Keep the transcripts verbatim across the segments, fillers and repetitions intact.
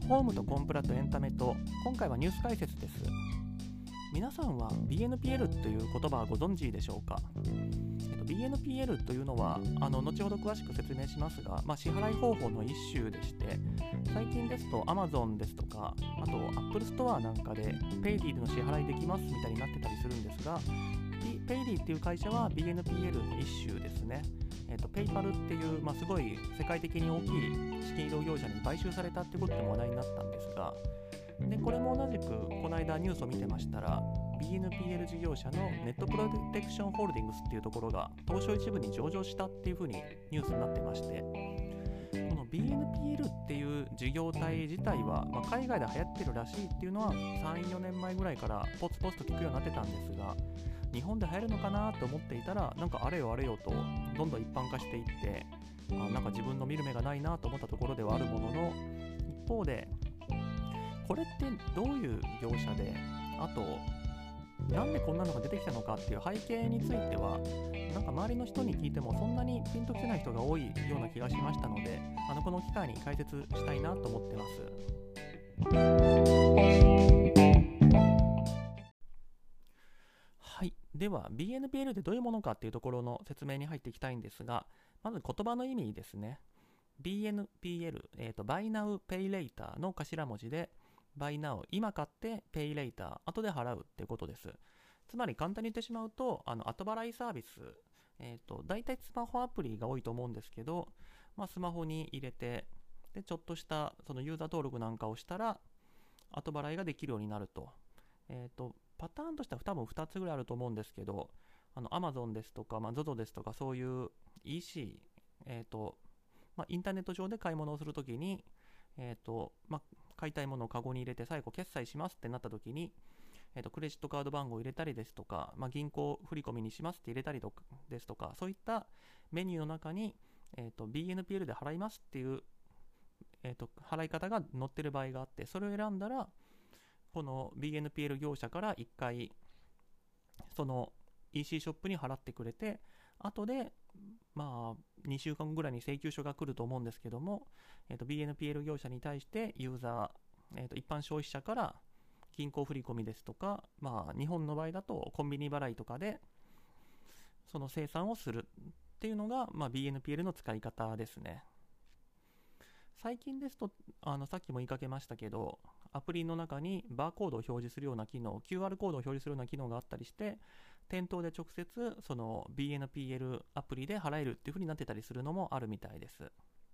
ホームとコンプラとエンタメと、今回はニュース解説です。皆さんは ビーエヌピーエル という言葉はご存知でしょうか。えっと、ビーエヌピーエル というのはあの後ほど詳しく説明しますが、まあ、支払い方法の一種でして、最近ですと Amazon ですとか、あと Apple Store なんかで Payly での支払いできますみたいになってたりするんですが、Payly っていう会社は ビーエヌピーエル の一種ですね。えーと、ペイパルっていう、まあ、すごい世界的に大きい資金移動業者に買収されたってことでも話題になったんですが、でこれも同じくこの間ニュースを見てましたら、 ビーエヌピーエル 事業者のネットプロテクションホールディングスっていうところが東証一部に上場したっていう風にニュースになってまして、この ビーエヌピーエル っていう事業体自体は、まあ、海外で流行ってるらしいっていうのはさん、よねんまえぐらいからポツポツと聞くようになってたんですが、日本で流行るのかなと思っていたら、なんかあれよあれよとどんどん一般化していって、あなんか自分の見る目がないなと思ったところではあるものの、一方でこれってどういう業者で、あとなんでこんなのが出てきたのかっていう背景については、なんか周りの人に聞いてもそんなにピンときてない人が多いような気がしましたので、あのこの機会に解説したいなと思ってます。はい、では ビーエヌピーエル ってどういうものかっていうところの説明に入っていきたいんですが、まず言葉の意味ですね。 ビーエヌピーエル、えーと、Buy Now Pay Later の頭文字で、 Buy Now 今買って Pay Later 後で払うっていうことです。つまり簡単に言ってしまうと、あの後払いサービス、えーと、大体スマホアプリが多いと思うんですけど、まあ、スマホに入れて、でちょっとしたそのユーザー登録なんかをしたら後払いができるようになると。えーとパターンとしては多分ふたつぐらいあると思うんですけど、あの Amazon ですとか、まあ、ゾゾ ですとか、そういう イーシー、えーとまあ、インターネット上で買い物をするときに、えーとまあ、買いたいものをカゴに入れて最後決済しますってなったときに、えーとクレジットカード番号を入れたりですとか、まあ、銀行振込にしますって入れたりとかですとか、そういったメニューの中に、えーと ビーエヌピーエル で払いますっていう、えーと払い方が載ってる場合があって、それを選んだらこの ビーエヌピーエル 業者からいっかいその イーシー ショップに払ってくれて、後でまあにしゅうかんぐらいに請求書が来ると思うんですけども、えー、と ビーエヌピーエル 業者に対してユーザー、えー、と一般消費者から銀行振込ですとか、まあ日本の場合だとコンビニ払いとかでその生産をするっていうのが、まあ、ビーエヌピーエル の使い方ですね。最近ですと、あのさっきも言いかけましたけど、アプリの中にバーコードを表示するような機能、キューアール コードを表示するような機能があったりして、店頭で直接その ビーエヌピーエル アプリで払えるっていう風になってたりするのもあるみたいです。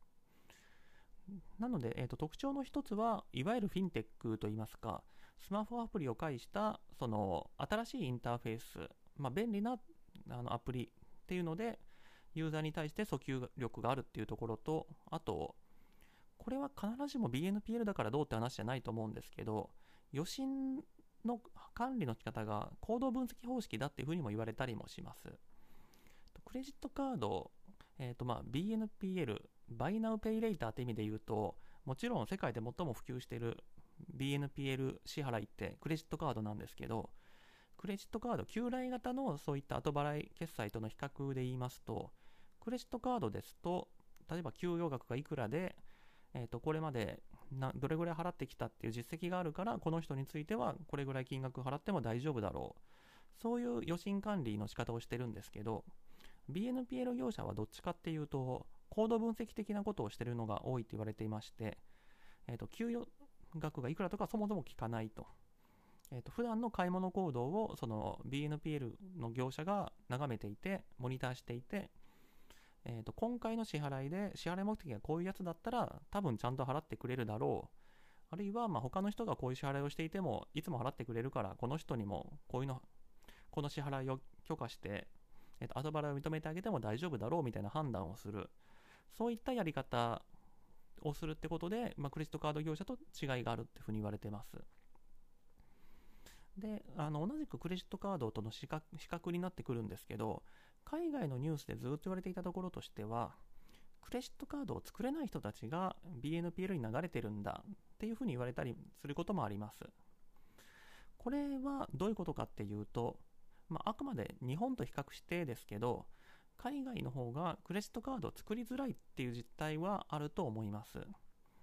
なので、えーと、特徴の一つは、いわゆるフィンテックといいますか、スマホアプリを介したその新しいインターフェース、まあ、便利なあのアプリっていうので、ユーザーに対して訴求力があるっていうところと、あと、これは必ずしも ビーエヌピーエル だからどうって話じゃないと思うんですけど、余震の管理の仕方が行動分析方式だっていうふうにも言われたりもします。クレジットカード、えーとまあ、ビーエヌピーエル、Buy Now Pay Later って意味で言うと、もちろん世界で最も普及している ビーエヌピーエル 支払いってクレジットカードなんですけど、クレジットカード旧来型のそういった後払い決済との比較で言いますと、クレジットカードですと、例えば給与額がいくらで、えーとこれまでなどれぐらい払ってきたっていう実績があるから、この人についてはこれぐらい金額払っても大丈夫だろう、そういう余震管理の仕方をしてるんですけど、 ビーエヌピーエル 業者はどっちかっていうとコード分析的なことをしてるのが多いと言われていまして、えーと給与額がいくらとかそもそも聞かないと。えーと普段の買い物行動をその ビーエヌピーエル の業者が眺めていて、モニターしていて、えーと今回の支払いで支払い目的がこういうやつだったら多分ちゃんと払ってくれるだろう、あるいはまあ他の人がこういう支払いをしていてもいつも払ってくれるから、この人にもこういうのこの支払いを許可して、えーと後払いを認めてあげても大丈夫だろうみたいな判断をする、そういったやり方をするってことで、まあ、クレジットカード業者と違いがあるっていうふうに言われてます。で、あの同じくクレジットカードとの比較、比較になってくるんですけど、海外のニュースでずっと言われていたところとしては、クレジットカードを作れない人たちが ビーエヌピーエル に流れてるんだっていうふうに言われたりすることもあります。これはどういうことかっていうと、まあ、あくまで日本と比較してですけど、海外の方がクレジットカードを作りづらいっていう実態はあると思います。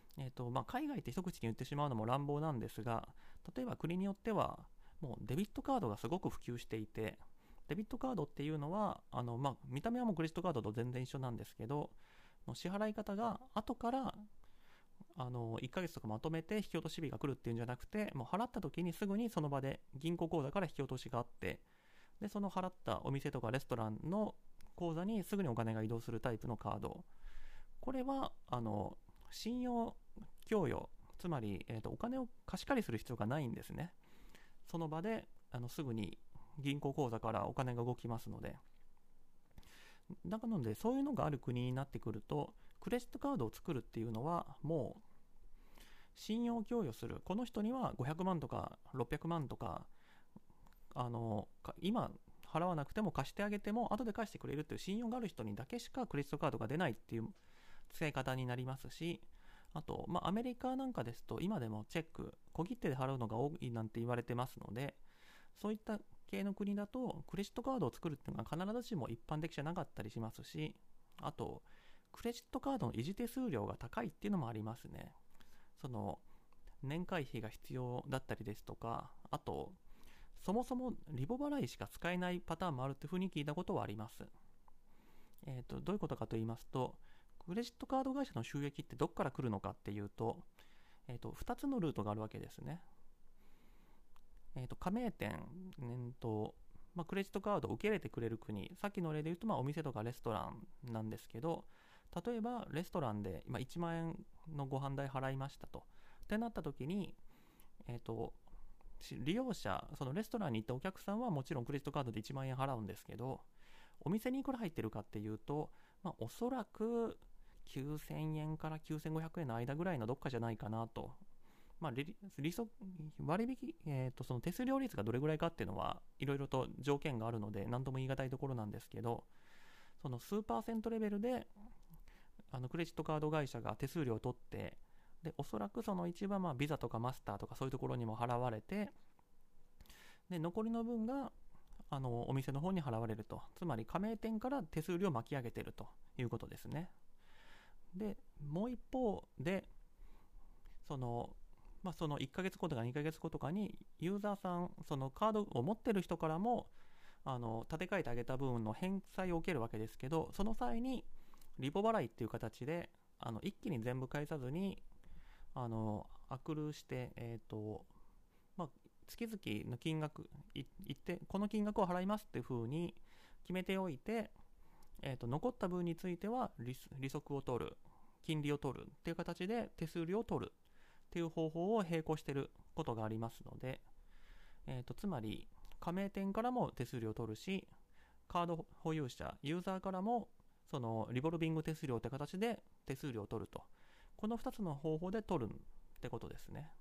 えーとまあ、海外って一口に言ってしまうのも乱暴なんですが、例えば国によってはもうデビットカードがすごく普及していて、デビットカードっていうのはあの、まあ、見た目はもうクレジットカードと全然一緒なんですけど、支払い方が後からあのいっかげつとかまとめて引き落とし日が来るっていうんじゃなくて、もう払った時にすぐにその場で銀行口座から引き落としがあって、でその払ったお店とかレストランの口座にすぐにお金が移動するタイプのカード、これはあの信用供与、つまり、えーと、お金を貸し借りする必要がないんですね。その場であのすぐに銀行口座からお金が動きますので、なのでそういうのがある国になってくると、クレジットカードを作るっていうのはもう信用供与する、この人にはごひゃくまんとかろっぴゃくまんとか、あの今払わなくても貸してあげても後で返してくれるっていう信用がある人にだけしかクレジットカードが出ないっていう使い方になりますし、あと、まあ、アメリカなんかですと今でもチェック、小切手で払うのが多いなんて言われてますので、そういった系の国だとクレジットカードを作るっていうのは必ずしも一般的じゃなかったりしますし、あとクレジットカードの維持手数料が高いっていうのもありますね。その年会費が必要だったりですとか、あとそもそもリボ払いしか使えないパターンもあるというふうに聞いたことはあります。えーと、どういうことかと言いますと、クレジットカード会社の収益ってどこから来るのかっていうと、えーと、ふたつのルートがあるわけですね。えーと、加盟店、えーとまあ、クレジットカードを受け入れてくれる国、さっきの例で言うと、まあ、お店とかレストランなんですけど、例えばレストランで今いちまんえんのご飯代払いましたとってなった時に、えーと利用者、そのレストランに行ったお客さんはもちろんクレジットカードでいちまんえん払うんですけど、お店にいくら入ってるかっていうと、まあ、おそらくきゅうせんえんからきゅうせんごひゃくえんの間ぐらいのどっかじゃないかなと。まあ、利利息割引、えーと、その手数料率がどれぐらいかっていうのはいろいろと条件があるので何とも言い難いところなんですけど、その数パーセントレベルであのクレジットカード会社が手数料を取って、でおそらくその一部はまあビザとかマスターとかそういうところにも払われて、で残りの分があのお店の方に払われると、つまり加盟店から手数料を巻き上げているということですね。でもう一方でその、まあ、そのいっかげつごとかにかげつごとかにユーザーさん、そのカードを持ってる人からもあの立て替えてあげた分の返済を受けるわけですけど、その際にリボ払いっていう形であの一気に全部返さずにあのアクルして、えーとまあ、月々の金額いいってこの金額を払いますっていう風に決めておいて、えーと残った分については 利, 利息を取る、金利を取るっていう形で手数料を取るっていう方法を並行していることがありますので、えーとつまり加盟店からも手数料を取るし、カード保有者ユーザーからもそのリボルビング手数料って形で手数料を取ると、このふたつの方法で取るってことですね。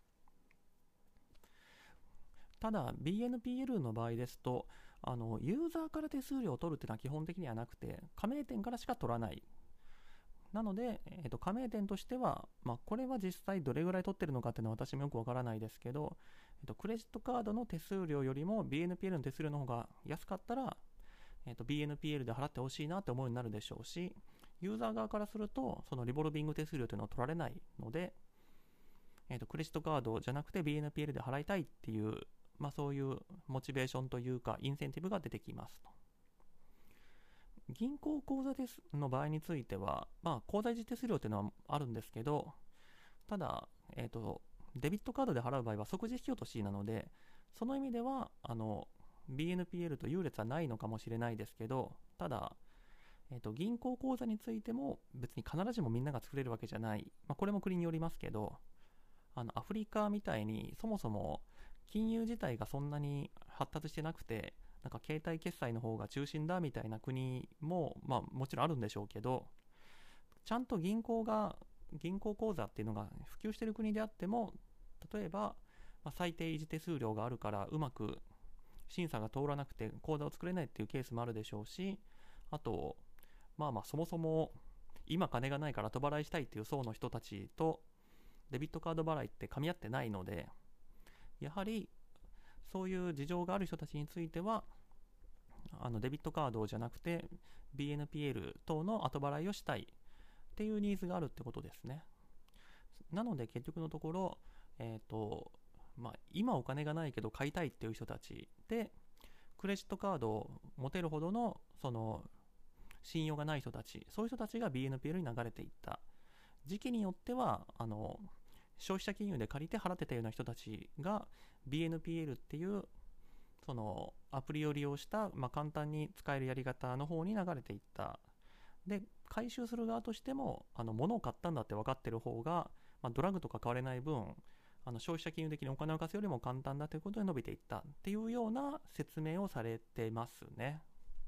ただ ビーエヌピーエル の場合ですと、あのユーザーから手数料を取るっていうのは基本的にはなくて、加盟店からしか取らない。なので、えー、と加盟店としては、まあ、これは実際どれぐらい取ってるのかっていうのは私もよくわからないですけど、えー、とクレジットカードの手数料よりも ビーエヌピーエル の手数料の方が安かったら、えー、と ビーエヌピーエル で払ってほしいなって思うようになるでしょうし、ユーザー側からするとそのリボルビング手数料というのは取られないので、えー、とクレジットカードじゃなくて ビーエヌピーエル で払いたいっていう、まあ、そういうモチベーションというかインセンティブが出てきますと。銀行口座ですの場合については、まあ、口座維持手数料というのはあるんですけど、ただ、えーと、デビットカードで払う場合は即時引き落としなので、その意味ではあの ビーエヌピーエル と優劣はないのかもしれないですけど、ただ、えーと、銀行口座についても別に必ずしもみんなが作れるわけじゃない、まあ、これも国によりますけど、あのアフリカみたいにそもそも金融自体がそんなに発達してなくて、なんか携帯決済の方が中心だみたいな国も、まあ、もちろんあるんでしょうけど、ちゃんと銀行が銀行口座っていうのが普及している国であっても、例えば、まあ、最低維持手数料があるからうまく審査が通らなくて口座を作れないっていうケースもあるでしょうし、あとまあまあそもそも今金がないから後払いしたいっていう層の人たちとデビットカード払いって噛み合ってないので、やはりそういう事情がある人たちについてはあのデビットカードじゃなくて ビーエヌピーエル 等の後払いをしたいっていうニーズがあるってことですね。 なので結局のところ、えーとまあ、今お金がないけど買いたいっていう人たちで、クレジットカードを持てるほどのその信用がない人たち、そういう人たちが ビーエヌピーエル に流れていった。時期によってはあの消費者金融で借りて払ってたような人たちが ビーエヌピーエル っていうそのアプリを利用した、まあ、簡単に使えるやり方の方に流れていった。で、回収する側としてもあの物を買ったんだって分かってる方が、まあ、ドラッグとか買われない分、あの消費者金融的にお金を貸すよりも簡単だということで伸びていったっていうような説明をされてますね。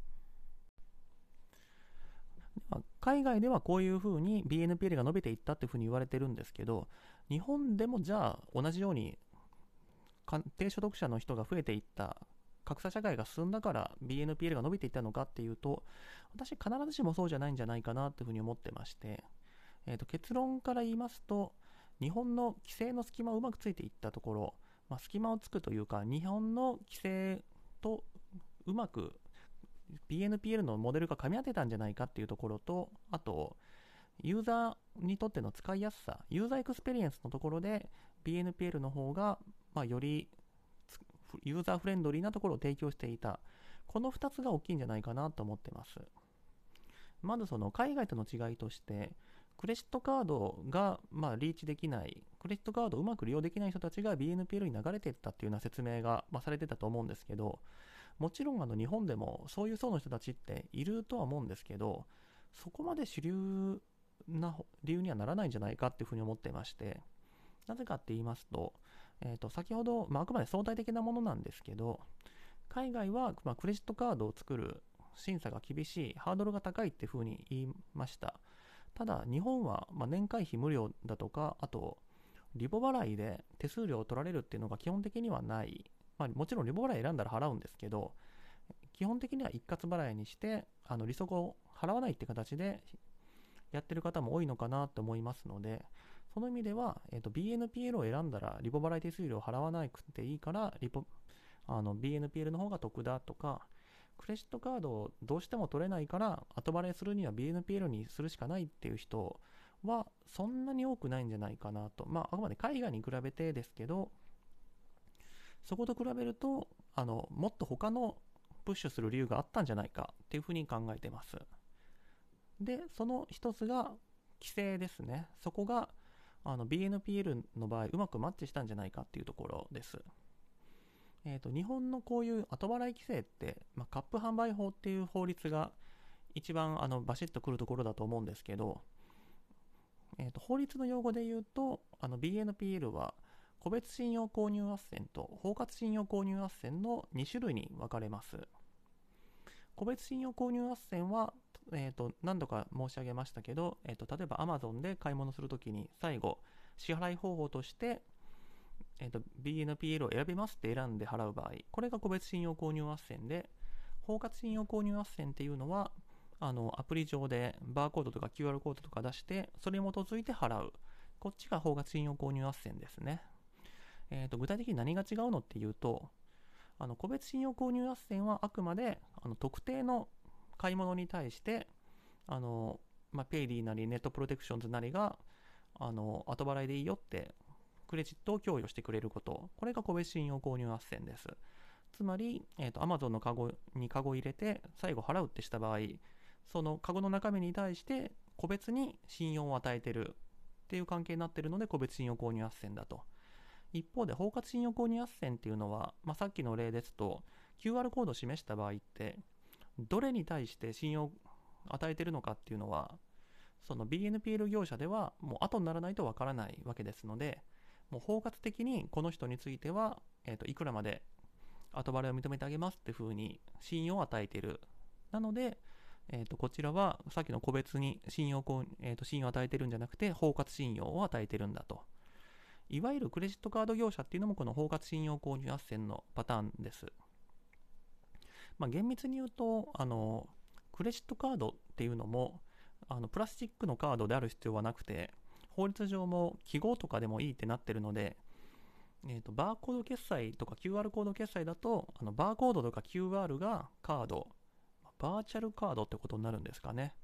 海外ではこういうふうに ビーエヌピーエル が伸びていったっていうふうに言われてるんですけど、日本でもじゃあ同じように低所得者の人が増えていった、格差社会が進んだから ビーエヌピーエル が伸びていったのかっていうと、私必ずしもそうじゃないんじゃないかなっていうふうに思ってまして、えーと結論から言いますと、日本の規制の隙間をうまくついていったところ、まあ、隙間をつくというか、日本の規制とうまく ビーエヌピーエル のモデルが噛み合ってたんじゃないかっていうところと、あとユーザーにとっての使いやすさ、ユーザーエクスペリエンスのところで ビーエヌピーエル の方が、まあ、よりユーザーフレンドリーなところを提供していた。このふたつが大きいんじゃないかなと思ってます。まずその海外との違いとして、クレジットカードがまあリーチできない、クレジットカードをうまく利用できない人たちが ビーエヌピーエル に流れていったっていうような説明がまあされてたと思うんですけど、もちろんあの日本でもそういう層の人たちっているとは思うんですけど、そこまで主流な理由にはならないんじゃないかっていうふうに思ってまして、なぜかって言いますと、えー、と先ほど、まあ、あくまで相対的なものなんですけど、海外は、まあ、クレジットカードを作る審査が厳しい、ハードルが高いっていうふうに言いました。ただ日本は、まあ、年会費無料だとか、あとリボ払いで手数料を取られるっていうのが基本的にはない。まあ、もちろんリボ払い選んだら払うんですけど、基本的には一括払いにしてあの利息を払わないって形でやってる方も多いのかなと思いますので、その意味では、えー、と ビーエヌピーエル を選んだらリボ払い手数料を払わなくていいからリボあの ビーエヌピーエル の方が得だとか、クレジットカードをどうしても取れないから後払いするには ビーエヌピーエル にするしかないっていう人はそんなに多くないんじゃないかなと。まああくまで海外に比べてですけど、そこと比べるとあのもっと他のプッシュする理由があったんじゃないかっていうふうに考えてます。で、その一つが規制ですね。そこがあの ビーエヌピーエル の場合うまくマッチしたんじゃないかっていうところです。えーと、日本のこういう後払い規制って、まあ、カップ販売法っていう法律が一番あのバシッとくるところだと思うんですけど、えーと、法律の用語で言うとあの ビーエヌピーエル は個別信用購入斡旋と包括信用購入斡旋のに種類に分かれます。個別信用購入斡旋は、えーと、何度か申し上げましたけど、えーと、例えば Amazon で買い物するときに最後支払い方法としてえーと、ビーエヌピーエル を選びますって選んで払う場合、これが個別信用購入斡旋で、包括信用購入斡旋っていうのはあのアプリ上でバーコードとか キューアール コードとか出してそれに基づいて払う、こっちが包括信用購入斡旋ですね。えーと、具体的に何が違うのっていうと、あの個別信用購入斡旋はあくまであの特定の買い物に対してあの、まあ、ペイディなりネットプロテクションズなりがあの後払いでいいよってクレジットを供与してくれること、これが個別信用購入斡旋です。つまり、えーと、Amazon のカゴにカゴを入れて最後払うってした場合、そのカゴの中身に対して個別に信用を与えてるっていう関係になっているので個別信用購入斡旋だと。一方で包括信用購入斡旋っていうのは、まあ、さっきの例ですと キューアール コードを示した場合ってどれに対して信用を与えているのかっていうのはその ビーエヌピーエル 業者ではもう後にならないとわからないわけですので、もう包括的にこの人については、えーと、いくらまで後払いを認めてあげますっていうふうに信用を与えている。なので、えーと、こちらはさっきの個別に信用を、えーと、信用を与えているんじゃなくて包括信用を与えているんだと。いわゆるクレジットカード業者っていうのもこの包括信用購入斡旋のパターンです。まあ、厳密に言うとあのクレジットカードっていうのもあのプラスチックのカードである必要はなくて、法律上も記号とかでもいいってなってるので、えーと、バーコード決済とか キューアール コード決済だとあのバーコードとか キューアール がカード、バーチャルカードってことになるんですかね。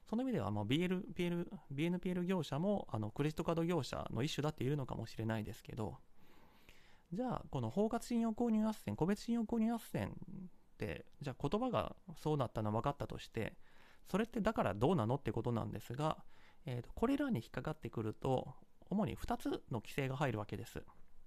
その意味では、まあ、ビーエルピーエル、ビーエヌピーエル 業者もあのクレジットカード業者の一種だって言えるのかもしれないですけど、じゃあこの包括信用購入斡旋、個別信用購入斡旋って、じゃあ言葉がそうだったのは分かったとして、それってだからどうなのってことなんですが、えーとこれらに引っかかってくると主にふたつの規制が入るわけです。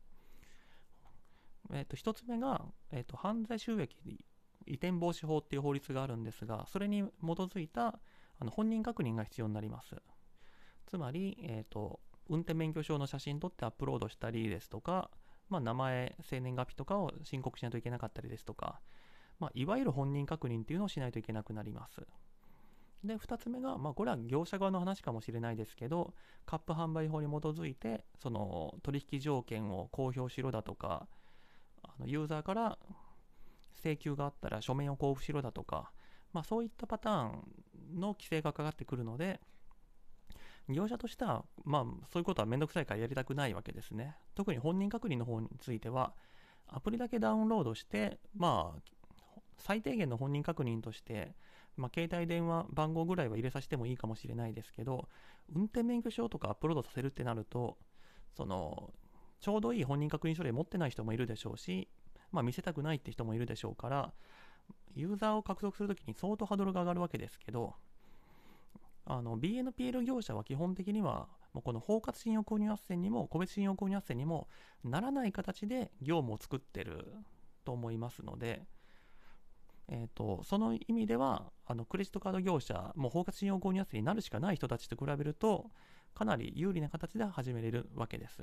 えー、とひとつめが、えー、と犯罪収益移転防止法っていう法律があるんですが、それに基づいたあの本人確認が必要になります。つまり、えー、と運転免許証の写真撮ってアップロードしたりですとか、まあ、名前、生年月日とかを申告しないといけなかったりですとか、まあ、いわゆる本人確認っていうのをしないといけなくなります。で、ふたつめが、まあ、これは業者側の話かもしれないですけど、カップ販売法に基づいて、その取引条件を公表しろだとか、あのユーザーから請求があったら書面を交付しろだとか、まあ、そういったパターンの規制がかかってくるので、業者としては、まあ、そういうことはめんどくさいからやりたくないわけですね。特に本人確認の方については、アプリだけダウンロードして、まあ、最低限の本人確認として、まあ、携帯電話番号ぐらいは入れさせてもいいかもしれないですけど、運転免許証とかアップロードさせるってなると、そのちょうどいい本人確認書類持ってない人もいるでしょうし、まあ、見せたくないって人もいるでしょうから、ユーザーを獲得するときに相当ハードルが上がるわけですけど、あの ビーエヌピーエル 業者は基本的にはもうこの包括信用購入斡旋にも個別信用購入斡旋にもならない形で業務を作ってると思いますので、えー、とその意味ではあのクレジットカード業者も包括信用購入斡旋になるしかない人たちと比べるとかなり有利な形で始めれるわけです。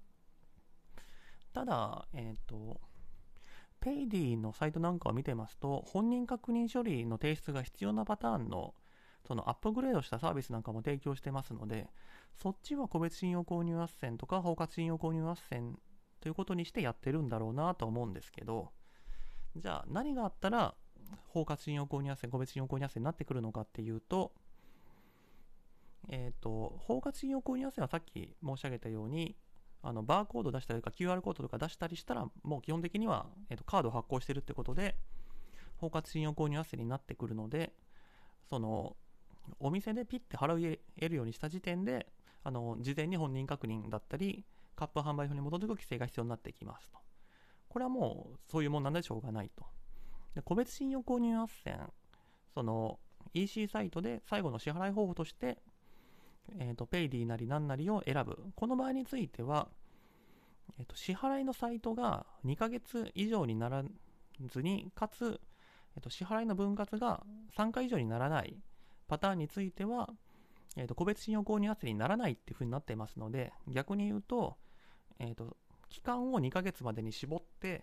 ただ、えー、とペイディのサイトなんかを見てますと、本人確認処理の提出が必要なパターンのそのアップグレードしたサービスなんかも提供してますので、そっちは個別信用購入斡旋とか包括信用購入斡旋ということにしてやってるんだろうなと思うんですけど、じゃあ何があったら包括信用購入斡旋、個別信用購入斡旋になってくるのかっていうと、えっ、ー、と、包括信用購入斡旋はさっき申し上げたように、あのバーコード出したりとか キューアール コードとか出したりしたら、もう基本的には、えー、とカードを発行してるってことで、包括信用購入斡旋になってくるので、そのお店でピッて払えるようにした時点で、あの事前に本人確認だったり、カップ販売法に基づく規制が必要になってきますと。これはもうそういうもんなんでしょうがないと。で、個別信用購入斡旋、その イーシー サイトで最後の支払い方法として、えーと、ペイディなり何なりを選ぶ。この場合については、えーと、支払いのサイトがにかげつ以上にならずに、かつ、えーと、支払いの分割がさんかい以上にならないパターンについては、えーと、個別信用購入斡旋にならないっていう風になっていますので、逆に言うと、えーと、期間をにかげつまでに絞って、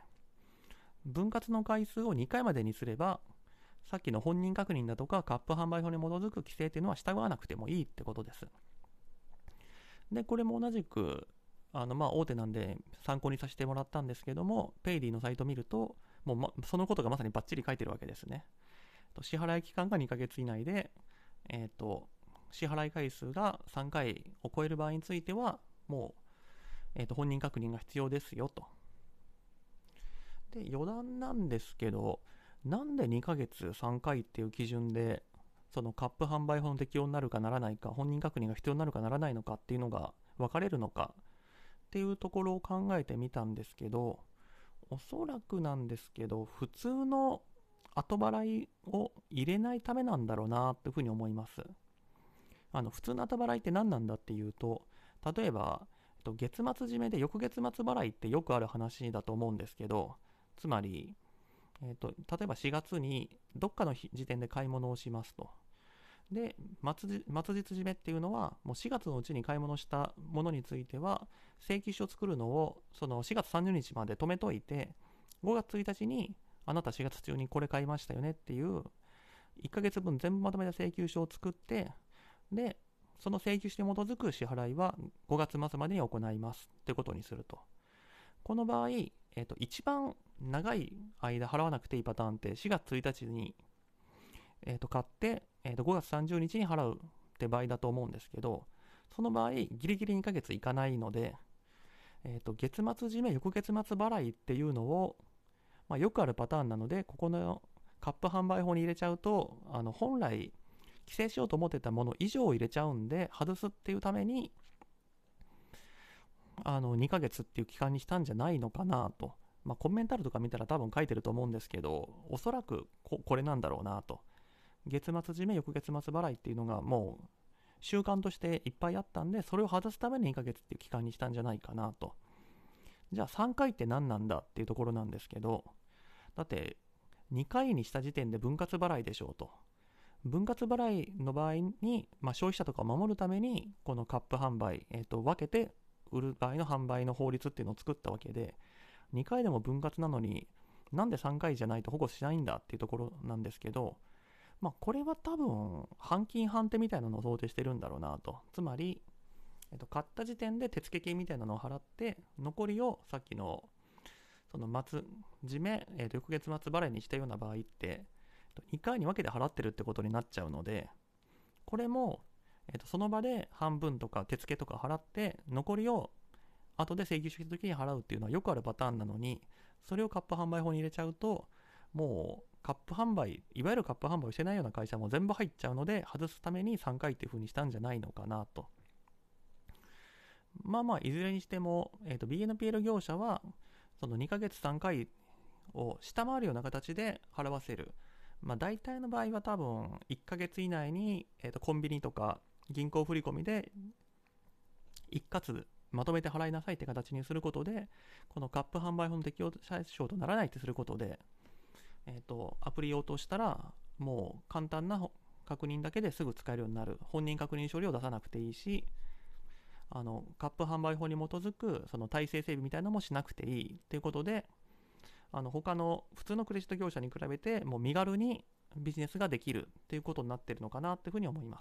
分割の回数をにかいまでにすれば、さっきの本人確認だとかカップ販売法に基づく規制というのは従わなくてもいいってことです。で、これも同じく、あのまあ大手なんで参考にさせてもらったんですけども、ペイディのサイト見ると、もう、ま、そのことがまさにバッチリ書いてるわけですね。支払い期間がにかげつ以内で、えーと、支払い回数がさんかいを超える場合については、もう、えーと、本人確認が必要ですよと。で、余談なんですけど、なんでにかげつさんかいっていう基準で、そのカップ販売法の適用になるかならないか、本人確認が必要になるかならないのかっていうのが分かれるのかっていうところを考えてみたんですけど、おそらくなんですけど、普通の後払いを入れないためなんだろうなっていうふうに思います。あの普通の後払いって何なんだっていうと、例えば月末締めで翌月末払いってよくある話だと思うんですけど、つまりえーと、例えばしがつにどっかの時点で買い物をしますと。で、末日締めっていうのは、もうしがつのうちに買い物したものについては、請求書を作るのをそのしがつさんじゅうにちまで止めといて、ごがつついたちにあなたしがつ中にこれ買いましたよねっていう、いっかげつぶん全部まとめた請求書を作って、で、その請求書に基づく支払いはごがつ末までに行いますってことにすると。この場合、えーと、一番長い間払わなくていいパターンってしがつついたちに、えー、と買って、えー、とごがつさんじゅうにちに払うって場合だと思うんですけど、その場合ギリギリにかげついかないので、えー、と月末締め翌月末払いっていうのを、まあ、よくあるパターンなので、ここのカップ販売法に入れちゃうと、あの本来規制しようと思ってたもの以上を入れちゃうんで、外すっていうためにあのにかげつっていう期間にしたんじゃないのかなと、まあ、コメンタルとか見たら多分書いてると思うんですけど、おそらく こ, これなんだろうなと。月末締め翌月末払いっていうのがもう習慣としていっぱいあったんで、それを外すためににかげつっていう期間にしたんじゃないかなと。じゃあさんかいって何なんだっていうところなんですけど、だってにかいにした時点で分割払いでしょうと。分割払いの場合に、まあ、消費者とかを守るためにこのカップ販売、えーと、分けて売る場合の販売の法律っていうのを作ったわけで、にかいでも分割なのになんでさんかいじゃないと保護しないんだっていうところなんですけど、まあ、これは多分半金半手みたいなのを想定してるんだろうなと。つまり、えっと、買った時点で手付金みたいなのを払って、残りをさっきのその末締め、えっと、翌月末払いにしたような場合ってにかいに分けて払ってるってことになっちゃうので、これも、えっと、その場で半分とか手付とか払って残りを後で請求してきた時に払うっていうのはよくあるパターンなのに、それをカップ販売法に入れちゃうと、もうカップ販売、いわゆるカップ販売をしてないような会社も全部入っちゃうので、外すためにさんかいっていう風にしたんじゃないのかなと。まあまあいずれにしても、えーと、ビーエヌピーエル 業者はそのにかげつさんかいを下回るような形で払わせる。まあ大体の場合は多分いっかげつ以内に、えーと、コンビニとか銀行振込で一括まとめて払いなさいって形にすることで、このカップ販売法の適用対象とならないってすることで、えーと、アプリを落としたらもう簡単な確認だけですぐ使えるようになる。本人確認書類を出さなくていいし、あのカップ販売法に基づくその体制整備みたいなのもしなくていいっていうことで、あの他の普通のクレジット業者に比べてもう身軽にビジネスができるっていうことになっているのかなっていうふうに思います。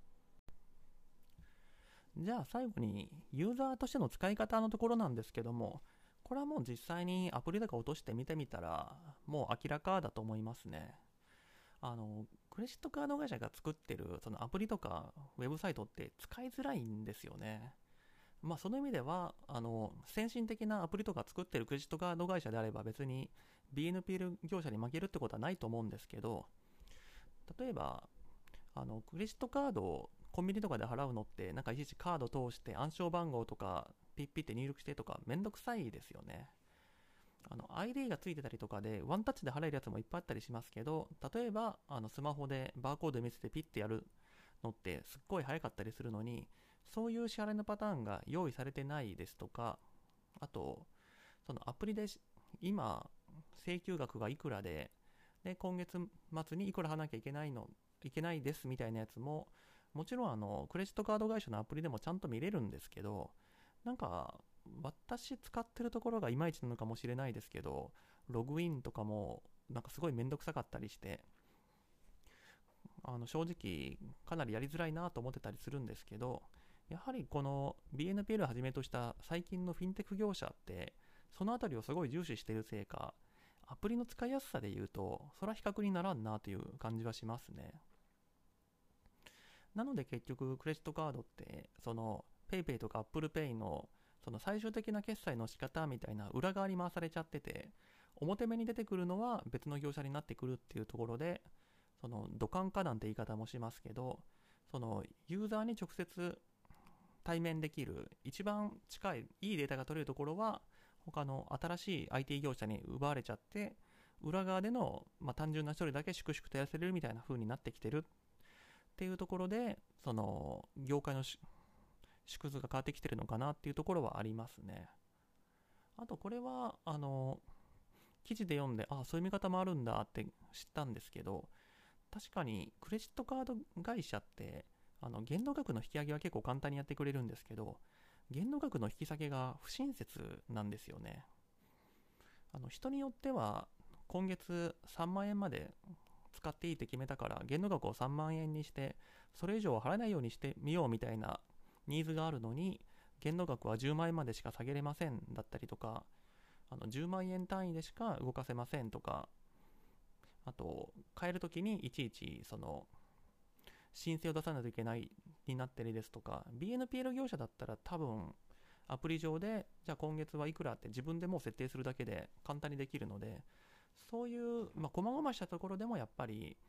じゃあ最後にユーザーとしての使い方のところなんですけども、これはもう実際にアプリとか落として見てみたらもう明らかだと思いますね。あのクレジットカード会社が作ってるそのアプリとかウェブサイトって使いづらいんですよね。まあその意味ではあの先進的なアプリとか作ってるクレジットカード会社であれば別に ビーエヌピーエル 業者に負けるってことはないと思うんですけど、例えばあのクレジットカードをコンビニとかで払うのってなんかいちいちカード通して暗証番号とかピッピッて入力してとかめんどくさいですよね。あの アイディー がついてたりとかでワンタッチで払えるやつもいっぱいあったりしますけど、例えばあのスマホでバーコード見せてピッてやるのってすっごい早かったりするのに、そういう支払いのパターンが用意されてないですとか、あとそのアプリで今請求額がいくらで、で今月末にいくら払わなきゃいけないのいけないですみたいなやつも、もちろんあのクレジットカード会社のアプリでもちゃんと見れるんですけど、なんか私使ってるところがいまいちなのかもしれないですけど、ログインとかもなんかすごいめんどくさかったりして、あの正直かなりやりづらいなと思ってたりするんですけど、やはりこの ビーエヌピーエル をはじめとした最近のフィンテック業者ってそのあたりをすごい重視しているせいか、アプリの使いやすさでいうとそれは比較にならんなという感じはしますね。なので結局クレジットカードってその PayPay とか Apple Pay のその最終的な決済の仕方みたいな裏側に回されちゃってて、表目に出てくるのは別の業者になってくるっていうところで、その土管化なんて言い方もしますけど、そのユーザーに直接対面できる一番近いいいデータが取れるところは他の新しい アイティー 業者に奪われちゃって、裏側での、まあ、単純な処理だけ粛々とやらせれるみたいな風になってきてるっていうところで、その業界の縮図が変わってきてるのかなっていうところはありますね。あとこれはあの記事で読んで、ああそういう見方もあるんだって知ったんですけど、確かにクレジットカード会社ってあの限度額の引き上げは結構簡単にやってくれるんですけど、限度額の引き下げが不親切なんですよね。あの人によっては今月さんまんえんまで使っていいって決めたから限度額をさんまんえんにしてそれ以上は払えないようにしてみようみたいなニーズがあるのに、限度額はじゅうまんえんまでしか下げれませんだったりとか、あのじゅうまんえん単位でしか動かせませんとか、あと変えるときにいちいちその申請を出さないといけないになったりですとか、 ビーエヌピーエル 業者だったら多分アプリ上でじゃあ今月はいくらって自分でもう設定するだけで簡単にできるので、そういう、まあ、細々したところでもやっぱりク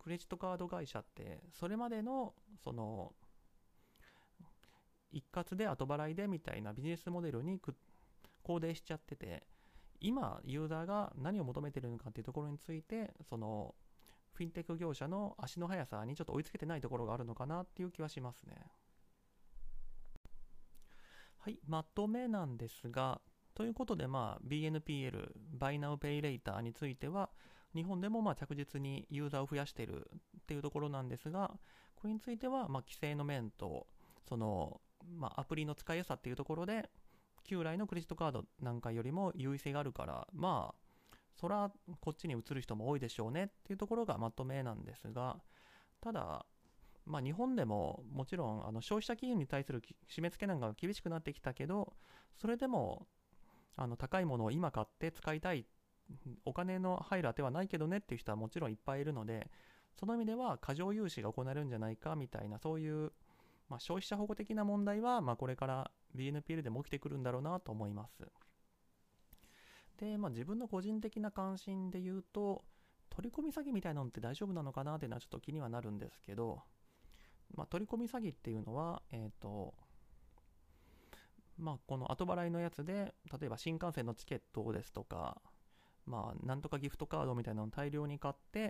クレジットカード会社ってそれまでのその一括で後払いでみたいなビジネスモデルに固定しちゃってて、今ユーザーが何を求めているのかっていうところについて、そのフィンテック業者の足の速さにちょっと追いつけてないところがあるのかなっていう気はしますね。はい、まとめなんですが、ということで、まあ、ビーエヌピーエル、Buy Now Pay Later については、日本でもまあ着実にユーザーを増やしているっていうところなんですが、これについてはまあ規制の面と、その、まあ、アプリの使いやすさっていうところで、旧来のクレジットカードなんかよりも優位性があるから、まあ、そらこっちに移る人も多いでしょうねっていうところがまとめなんですが、ただ、まあ、日本でももちろんあの消費者金融に対する締め付けなんかが厳しくなってきたけど、それでもあの高いものを今買って使いたい、お金の入るあてはないけどねっていう人はもちろんいっぱいいるので、その意味では過剰融資が行われるんじゃないかみたいな、そういう、まあ、消費者保護的な問題は、まあ、これから ビーエヌピーエル でも起きてくるんだろうなと思います。で、まあ、自分の個人的な関心で言うと、取り込み詐欺みたいなのって大丈夫なのかなっていうのはちょっと気にはなるんですけど、まあ、取り込み詐欺っていうのは、えっと、まあ、この後払いのやつで、例えば新幹線のチケットですとか、まあ、なんとかギフトカードみたいなのを大量に買って、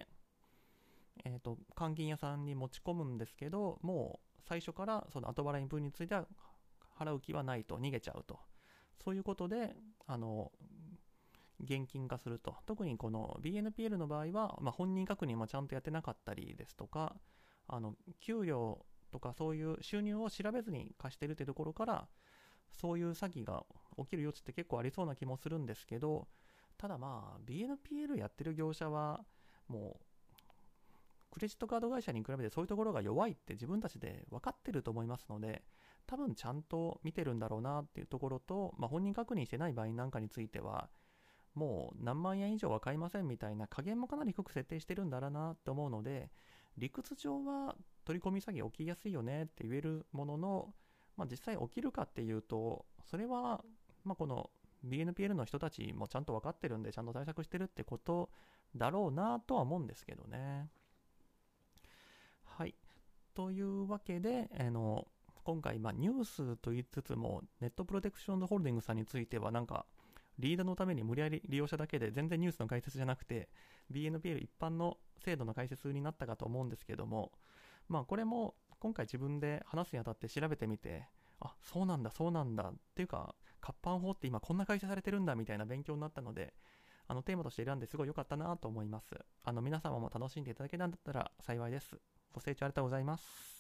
えっと、換金屋さんに持ち込むんですけど、もう最初からその後払い分については払う気はないと、逃げちゃうと。そういうことで、あの、現金化すると。特にこの ビーエヌピーエル の場合は、まあ、本人確認もちゃんとやってなかったりですとか、あの給与とかそういう収入を調べずに貸してるってところから、そういう詐欺が起きる余地って結構ありそうな気もするんですけど、ただまあ ビーエヌピーエル やってる業者はもうクレジットカード会社に比べてそういうところが弱いって自分たちで分かってると思いますので、多分ちゃんと見てるんだろうなっていうところと、まあ、本人確認してない場合なんかについてはもう何万円以上は買いませんみたいな加減もかなり低く設定してるんだろうなって思うので、理屈上は取り込み詐欺起きやすいよねって言えるものの、まあ、実際起きるかっていうと、それはまあこの ビーエヌピーエル の人たちもちゃんと分かってるんでちゃんと対策してるってことだろうなとは思うんですけどね。はい、というわけで、あの今回まあニュースと言いつつもネットプロテクションズホールディングスさんについてはなんかリードのために無理やり利用しただけで全然ニュースの解説じゃなくて ビーエヌピーエル 一般の制度の解説になったかと思うんですけども、まあこれも今回自分で話すにあたって調べてみて、あ、そうなんだそうなんだっていうか、活版法って今こんな解説されてるんだみたいな勉強になったので、あのテーマとして選んですごい良かったなと思います。あの皆様も楽しんでいただけたんだったら幸いです。ご清聴ありがとうございます。